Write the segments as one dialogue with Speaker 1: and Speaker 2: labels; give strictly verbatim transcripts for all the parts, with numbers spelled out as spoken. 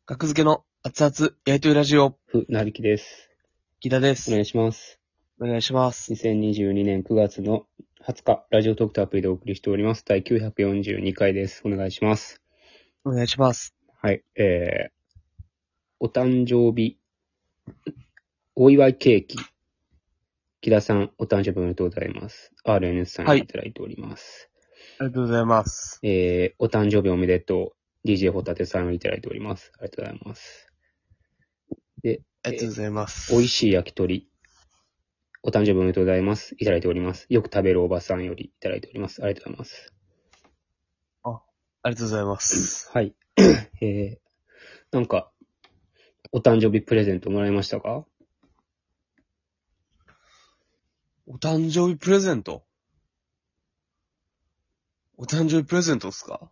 Speaker 1: 学付けの熱々やりとりラジオ、
Speaker 2: ふ、なびきです。
Speaker 1: 木田です。
Speaker 2: お願いします。
Speaker 1: お願いします。
Speaker 2: にせんにじゅうにねんくがつのはつか、ラジオトークとアプリでお送りしております。だいきゅうひゃくよんじゅうにかいです。お願いします。
Speaker 1: お願いします。
Speaker 2: はい、えー、お誕生日、お祝いケーキ。木田さん、お誕生日おめでとうございます。アールエヌエス さんにいただいております。
Speaker 1: ありがとうございます。
Speaker 2: えー、お誕生日おめでとう。ディージェー ホタテさんをいただいております。ありがとうございます。で、
Speaker 1: ありがとうございます。
Speaker 2: えー、美味しい焼き鳥。お誕生日おめでとうございます。いただいております。よく食べるおばさんよりいただいております。ありがとうございます。
Speaker 1: あ、ありがとうございます。
Speaker 2: はい。えー、なんか、お誕生日プレゼントもらいましたか？
Speaker 1: お誕生日プレゼントお誕生日プレゼントっすか？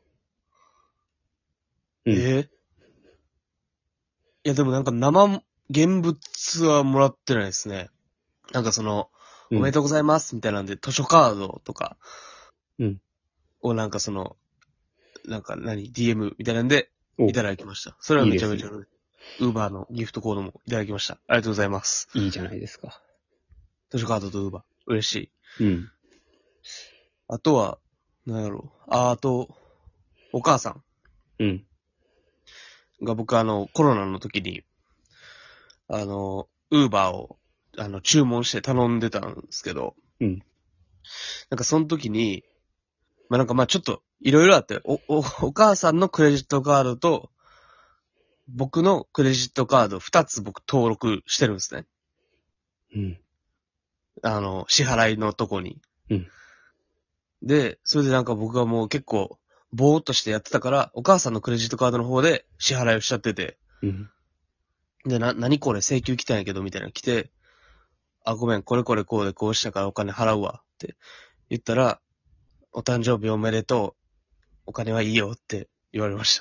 Speaker 2: うん。
Speaker 1: えー、いやでもなんか生現物はもらってないですね。なんかその、
Speaker 2: うん
Speaker 1: おめでとうございますみたいなんで図書カードとか
Speaker 2: うん
Speaker 1: をなんかその、なんか何 ディーエム みたいなんで
Speaker 2: お
Speaker 1: いただきました。それはめちゃめちゃ、
Speaker 2: いいで
Speaker 1: ウーバーのギフトコードもいただきました。ありがとうございます。
Speaker 2: いいじゃないですか。
Speaker 1: 図書カードとウーバー。嬉しい。
Speaker 2: うん。
Speaker 1: あとは、なんやろう。あ、あと、お母さ
Speaker 2: うん。
Speaker 1: んが僕あの、コロナの時に、あの、ウーバーを、あの、注文して頼んでたんですけど、
Speaker 2: うん。
Speaker 1: なんかその時に、まあ、なんかまあちょっと、いろいろあって、お、お、お母さんのクレジットカードと、僕のクレジットカード二つ僕登録してるんですね。
Speaker 2: うん。
Speaker 1: あの、支払いのとこに。
Speaker 2: うん
Speaker 1: で、それでなんか僕がもう結構、ぼーっとしてやってたから、お母さんのクレジットカードの方で支払いをしちゃってて、
Speaker 2: うん。
Speaker 1: で、な、何これ請求来たんやけど、みたいなの来て、あ、ごめん、これこれこうでこうしたからお金払うわ、って言ったら、お誕生日おめでとう、お金はいいよって言われました。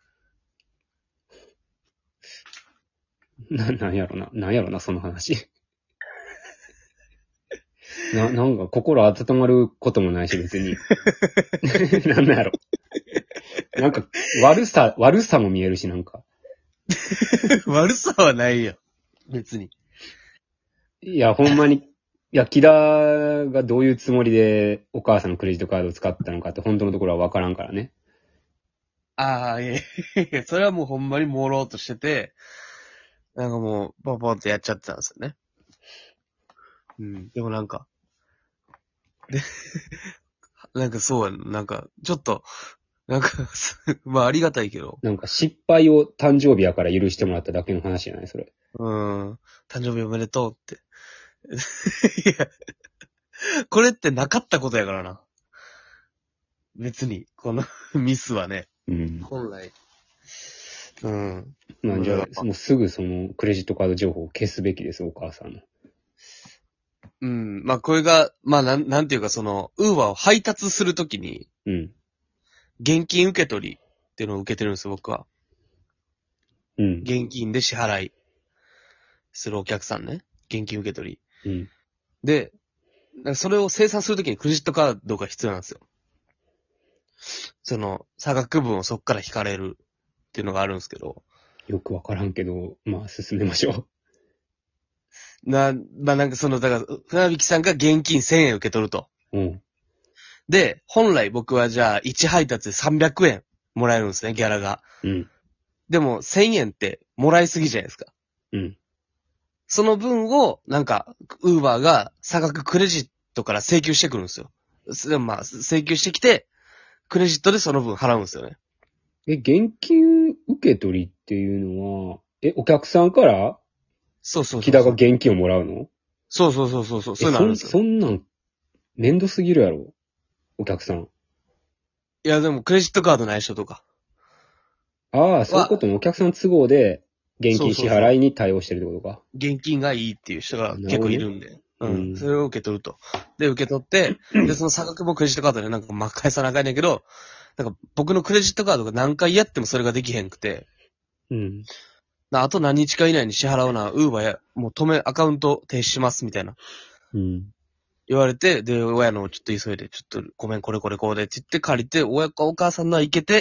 Speaker 2: な、なんやろな。なんやろな、その話。な、なんか心温まることもないし、別に。なんなんやろ。なんか、悪さ、悪さも見えるし、なんか。
Speaker 1: 悪さはないよ。別に。
Speaker 2: いや、ほんまに、いや、木田がどういうつもりでお母さんのクレジットカードを使ったのかって本当のところはわからんからね。
Speaker 1: ああ、いやいやいや、それはもうほんまに朦朧としてて、なんかもう、ポンポンってやっちゃってたんですよね。うん。でもなんか、で、なんかそうやな、なんか、ちょっと、なんか、まあありがたいけど、
Speaker 2: なんか失敗を誕生日やから許してもらっただけの話じゃないそれ。
Speaker 1: うーん、誕生日おめでとうって。いや、これってなかったことやからな。別に、このミスはね。
Speaker 2: うん。
Speaker 1: 本来。うん。
Speaker 2: なんじゃ
Speaker 1: うん
Speaker 2: あ、もうすぐそのクレジットカード情報を消すべきです、お母さんの。
Speaker 1: うん。まあ、これが、まあ、なん、なんていうか、その、ウーバーを配達するときに、
Speaker 2: うん。
Speaker 1: 現金受け取りっていうのを受けてるんですよ、僕は。
Speaker 2: うん。
Speaker 1: 現金で支払いするお客さんね。現金受け取り。
Speaker 2: うん。
Speaker 1: で、だからそれを生産するときにクレジットカードが必要なんですよ。その、差額分をそこから引かれるっていうのがあるんですけど。
Speaker 2: よくわからんけど、まあ進めましょ
Speaker 1: な、まあ、なんかその、だから、船引さんが現金せんえん受け取ると。
Speaker 2: う。うん。
Speaker 1: で、本来僕はじゃあいち配達でさんびゃくえんもらえるんですね、ギャラが。
Speaker 2: うん。
Speaker 1: でもせんえんってもらいすぎじゃないですか。
Speaker 2: うん。
Speaker 1: その分を、なんか、ウーバーが差額クレジットから請求してくるんですよ。でもまあ、請求してきて、クレジットでその分払うんですよね。
Speaker 2: え、現金受け取りっていうのは、え、お客さんから
Speaker 1: そうそうそうそう。
Speaker 2: 木田が現金をもらうの？
Speaker 1: そうそうそうそうそう。
Speaker 2: え、
Speaker 1: そういうのあ
Speaker 2: そん、
Speaker 1: るんですよ。
Speaker 2: そんなん、めんどすぎるやろ。お客さん。
Speaker 1: いや、でもクレジットカードない人とか。
Speaker 2: ああ、そういうことね。お客さん都合で、現金支払いに対応してるってことか。
Speaker 1: 現金がいいっていう人が結構いるんで。う
Speaker 2: うん
Speaker 1: ん。それを受け取ると。で、受け取って、で、その差額もクレジットカードでなんかまあ返さなあかんねんけど、なんか僕のクレジットカードが何回やってもそれができへんくて、
Speaker 2: うん。
Speaker 1: なあと何日か以内に支払うな、ウーバーや、もう止め、アカウント停止しますみたいな。
Speaker 2: うん。
Speaker 1: 言われて、で、親のちょっと急いで、ちょっとごめんこれこれこうでって言って借りて、親かお母さんのは行けて、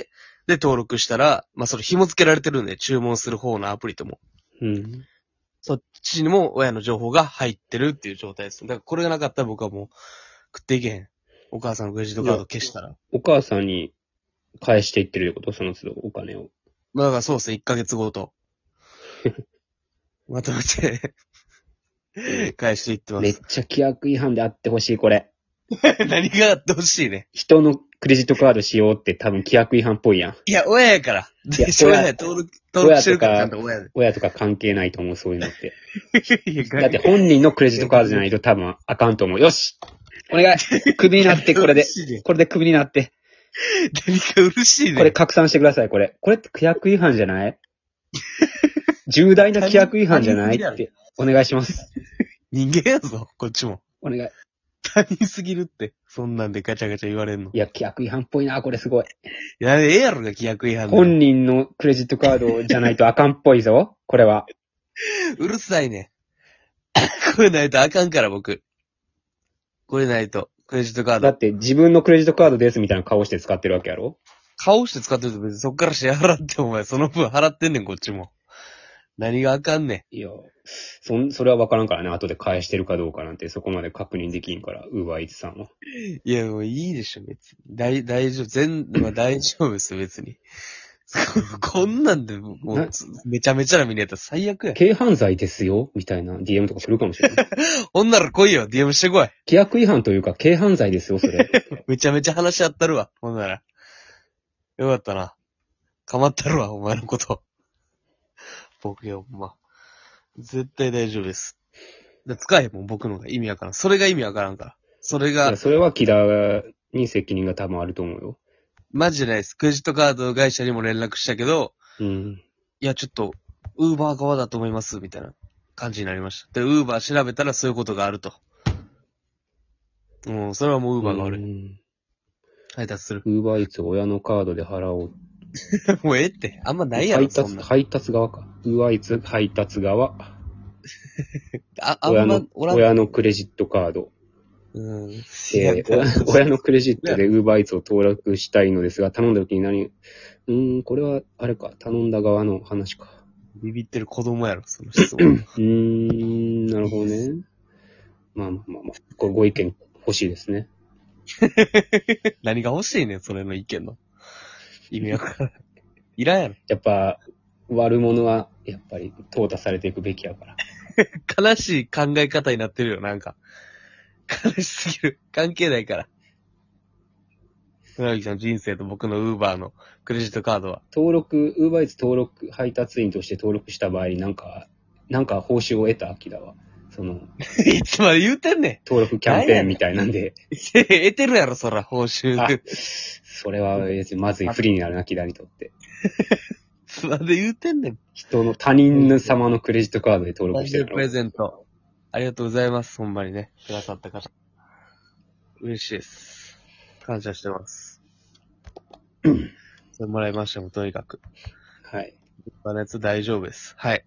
Speaker 1: で登録したら、まあそれ紐付けられてるんで、注文する方のアプリとも。
Speaker 2: うん。
Speaker 1: そっちにも親の情報が入ってるっていう状態です。だからこれがなかったら僕はもう食っていけへん。お母さんのクレジットカード消したら。
Speaker 2: お母さんに返していってるってこと？その都度お金を。
Speaker 1: まあだからそうですね、いっかげつごと。まとめて返していってま
Speaker 2: めっ
Speaker 1: す。
Speaker 2: ちゃ規約違反であってほしい、これ。
Speaker 1: 何があってほしいね。
Speaker 2: 人のクレジットカード使用って多分規約違反っぽいやん。
Speaker 1: いや、親やから。
Speaker 2: いや
Speaker 1: で、親や、登録、登録してるからちゃんと親で。
Speaker 2: 親とか関係ないと思う、そういうのって。
Speaker 1: いや
Speaker 2: だって本人のクレジットカードじゃないと多分あかんと思う。よしお願いクビになって、これで。これでクビになって。
Speaker 1: 何か嬉しいね。
Speaker 2: これ拡散してください、これ。これって規約違反じゃない重大な規約違反じゃないって。お願いします。
Speaker 1: 人間やぞ、こっちも。
Speaker 2: お願い。
Speaker 1: 他人すぎるって。そんなんでガチャガチャ言われんの。
Speaker 2: いや、規約違反っぽいな、これすごい。
Speaker 1: いや、ええやろが規約違反だ。
Speaker 2: 本人のクレジットカードじゃないとあかんっぽいぞ、これは。
Speaker 1: うるさいね。これないとあかんから、僕。これないと。クレジットカード。
Speaker 2: だって自分のクレジットカードですみたいな顔して使ってるわけやろ？
Speaker 1: 顔して使ってると別にそっから支払ってお前その分払ってんねん、こっちも。何があかんね
Speaker 2: ん。いや、そん、それはわからんからね。後で返してるかどうかなんてそこまで確認できんから、ウーバーイーツさんは。
Speaker 1: いや、もういいでしょ、別に。大、大丈夫。全、まあ、大丈夫ですよ、別に。こんなんで、もう、めちゃめちゃな見にやったら最悪や。
Speaker 2: 軽犯罪ですよみたいな ディーエム とか来るかもしれない。
Speaker 1: ほんなら来いよ、ディーエム してこい。
Speaker 2: 規約違反というか、軽犯罪ですよ、それ。
Speaker 1: めちゃめちゃ話し合ったるわ、ほんなら。よかったな。かまったるわ、お前のこと。僕よ、ほんま。絶対大丈夫です。で使えへんもん、僕のが意味わからん。それが意味わからんから。それが。
Speaker 2: いや、それは木田に責任が多分あると思うよ。
Speaker 1: マジでないです。クレジットカード会社にも連絡したけど、
Speaker 2: うん。
Speaker 1: いや、ちょっと、ウーバー側だと思います、みたいな感じになりました。で、ウーバー調べたらそういうことがあると。うん、それはもうウーバーが悪い。配達する。
Speaker 2: ウーバーイーツ親のカードで払おう。
Speaker 1: もうええって。あんまないやろ、
Speaker 2: 配達、配達側か。ウーバーイーツ配達側。
Speaker 1: あ、あん
Speaker 2: 親の、
Speaker 1: まおらん。
Speaker 2: 親のクレジットカード。
Speaker 1: うん。
Speaker 2: えー、親親のクレジットでウーバーイーツを登録したいのですが、頼んだ時に何、うーん、これは、あれか、頼んだ側の話か。
Speaker 1: ビビってる子供やろ、その質問。
Speaker 2: うーん、なるほどね。まあまあまあまあ、これご意見欲しいですね。
Speaker 1: 何が欲しいねん、それの意見の。意味わからん。いらんやろ。
Speaker 2: やっぱ、悪者は、やっぱり、淘汰されていくべきやから。
Speaker 1: 悲しい考え方になってるよ、なんか。悲しすぎる。関係ないから。船木さんの人生と僕のウーバーのクレジットカードは。
Speaker 2: 登録、ウーバーイーツ登録、配達員として登録した場合になんか、なんか報酬を得たアキラは。その、
Speaker 1: いつまで言うてんねん。
Speaker 2: 登録キャンペーンみたいなんで。
Speaker 1: 得てるやろ、そら、報酬
Speaker 2: あ
Speaker 1: で。
Speaker 2: それは別にまずい不利になるな、アキラにとって。
Speaker 1: いつまで言うてんねん。
Speaker 2: 人の、他人様のクレジットカードで登録してる
Speaker 1: プレゼント。ありがとうございます。ほんまにね。くださった方。嬉しいです。感謝してます。それもらいましたもん、とにかく。
Speaker 2: はい。
Speaker 1: 加熱大丈夫です。はい。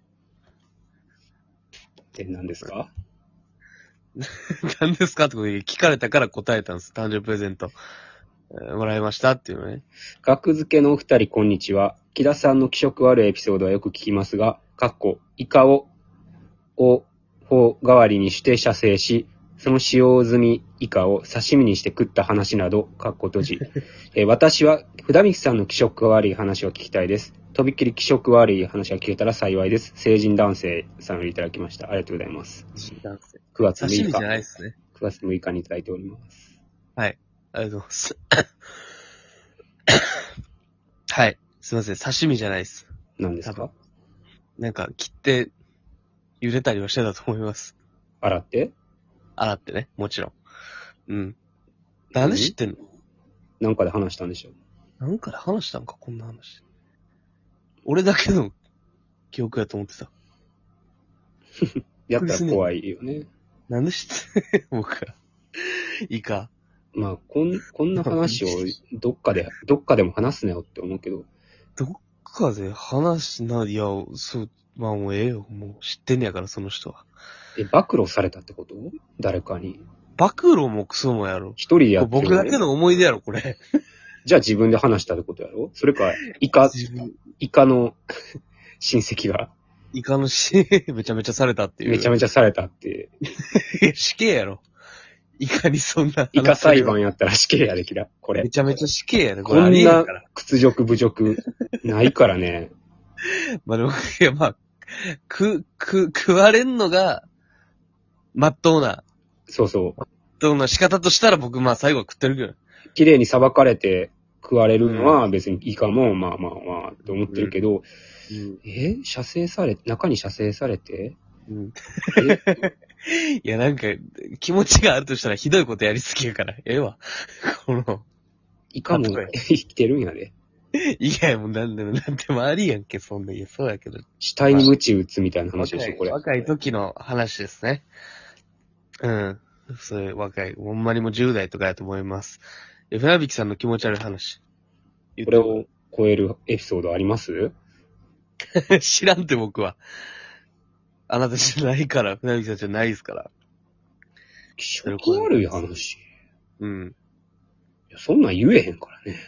Speaker 2: で、何ですか
Speaker 1: 何ですかってことで聞かれたから答えたんです。誕生日プレゼント、えーもらいましたっていうのね。
Speaker 2: 学付けのお二人こんにちは。木田さんの気色悪いエピソードはよく聞きますが、かっこ、イカを、を、フォ代わりにして射精し、その使用済みイカを刺身にして食った話など、かっこ閉じ。えー私は、札引さんの気色悪い話を聞きたいです。とびっきり気色悪い話が聞けたら幸いです。成人男性さんよりいただきました。ありがとうございます。
Speaker 1: 男性。
Speaker 2: くがつむいか。
Speaker 1: 刺身じゃないですね。
Speaker 2: くがつむいかにいただいております。
Speaker 1: はい。ありがとうございます。はい。すいません。刺身じゃないです。
Speaker 2: 何ですか？
Speaker 1: なんか、切って、茹でたりはしてたと思います。
Speaker 2: 洗って
Speaker 1: 洗ってね。もちろん。うん。なんで知ってんの？
Speaker 2: なんかで話したんでしょ？
Speaker 1: なんかで話したんか、こんな話。俺だけの記憶やと思ってた。
Speaker 2: やったら怖いよね。
Speaker 1: なんで知ってん僕が。いいか。
Speaker 2: まあ、こん、こんな話をどっかで、どっかでも話すなよって思うけど。
Speaker 1: どっかで話しな、いや、そう、まあもうええよ。もう知ってんねやから、その人は。
Speaker 2: え、暴露されたってこと？誰かに。
Speaker 1: 暴露もクソもやろ。
Speaker 2: 一人でやってる。
Speaker 1: 僕だけの思い出やろ、これ。
Speaker 2: じゃあ自分で話したってことやろ？それか、イカ、
Speaker 1: 自分、
Speaker 2: イカの親戚が
Speaker 1: イカの死、めちゃめちゃされたっていう。
Speaker 2: めちゃめちゃされたって。
Speaker 1: いや死刑やろ。イカにそんな。
Speaker 2: イカ裁判やったら死刑やできら、これ。
Speaker 1: めちゃめちゃ死刑やで、こ
Speaker 2: こ
Speaker 1: れあり
Speaker 2: んな
Speaker 1: えんから。
Speaker 2: 屈辱侮辱ないからね。
Speaker 1: まあでも、いやまあ、く、く、食われんのが、まっとうな、
Speaker 2: そうそう。
Speaker 1: どんな仕方としたら僕まあ最後は食ってるけど。
Speaker 2: 綺麗に裁かれて食われるのは別にイカもまあまあまあと思ってるけど、
Speaker 1: うん。
Speaker 2: え射精され、中に射精されて
Speaker 1: うん。
Speaker 2: え
Speaker 1: いやなんか、気持ちがあるとしたらひどいことやりすぎやから。ええわ。この、
Speaker 2: イカも
Speaker 1: 例え
Speaker 2: 生きてるんやで。
Speaker 1: いやもうなんでも、なんでもありやんけ、そんな。いや、そうやけど。
Speaker 2: 死体に鞭打つみたいな話でしょ、これ。
Speaker 1: 若い時の話ですね。うん。そういう若い、ほんまにもうじゅう代とかやと思います。え、船引さんの気持ち悪い話。
Speaker 2: これを超えるエピソードあります？
Speaker 1: 知らんって僕は。あなたじゃないから、船引さんじゃないですから。
Speaker 2: 気色悪い話。
Speaker 1: うん。
Speaker 2: いやそんなん言えへんからね。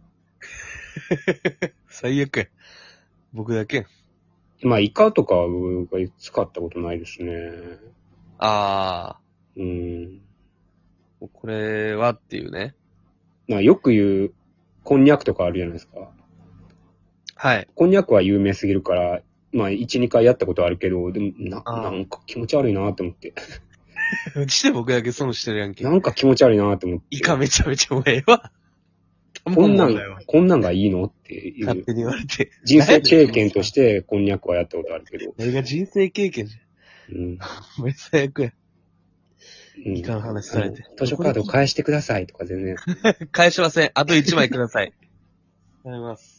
Speaker 1: 最悪や。僕だけ。
Speaker 2: まあ、イカとかは使ったことないですね。
Speaker 1: あ
Speaker 2: うん。
Speaker 1: ー。これはっていうね。
Speaker 2: まあ、よく言う、こんにゃくとかあるじゃないですか。
Speaker 1: はい。
Speaker 2: こんにゃくは有名すぎるから、まあ、いち、にかいやったことあるけど、でも、な、
Speaker 1: あー
Speaker 2: なんか気持ち悪いなって思って。
Speaker 1: うちで僕だけ損してるやんけ
Speaker 2: な。んか気持ち悪いなって思って。
Speaker 1: イカめちゃめちゃうまいわ。
Speaker 2: こんなん
Speaker 1: だよ、
Speaker 2: こんなんがいいのっていう。
Speaker 1: 勝手に言われて。
Speaker 2: 人生経験としてこんにゃくはやったことあるけど。
Speaker 1: 誰が人生経験じ
Speaker 2: うん。
Speaker 1: ゃん。お前最悪や。
Speaker 2: うん
Speaker 1: イカの話されて。
Speaker 2: 図書カード返してくださいとか全然。
Speaker 1: 返しません。あといちまいください。ありがとうございます。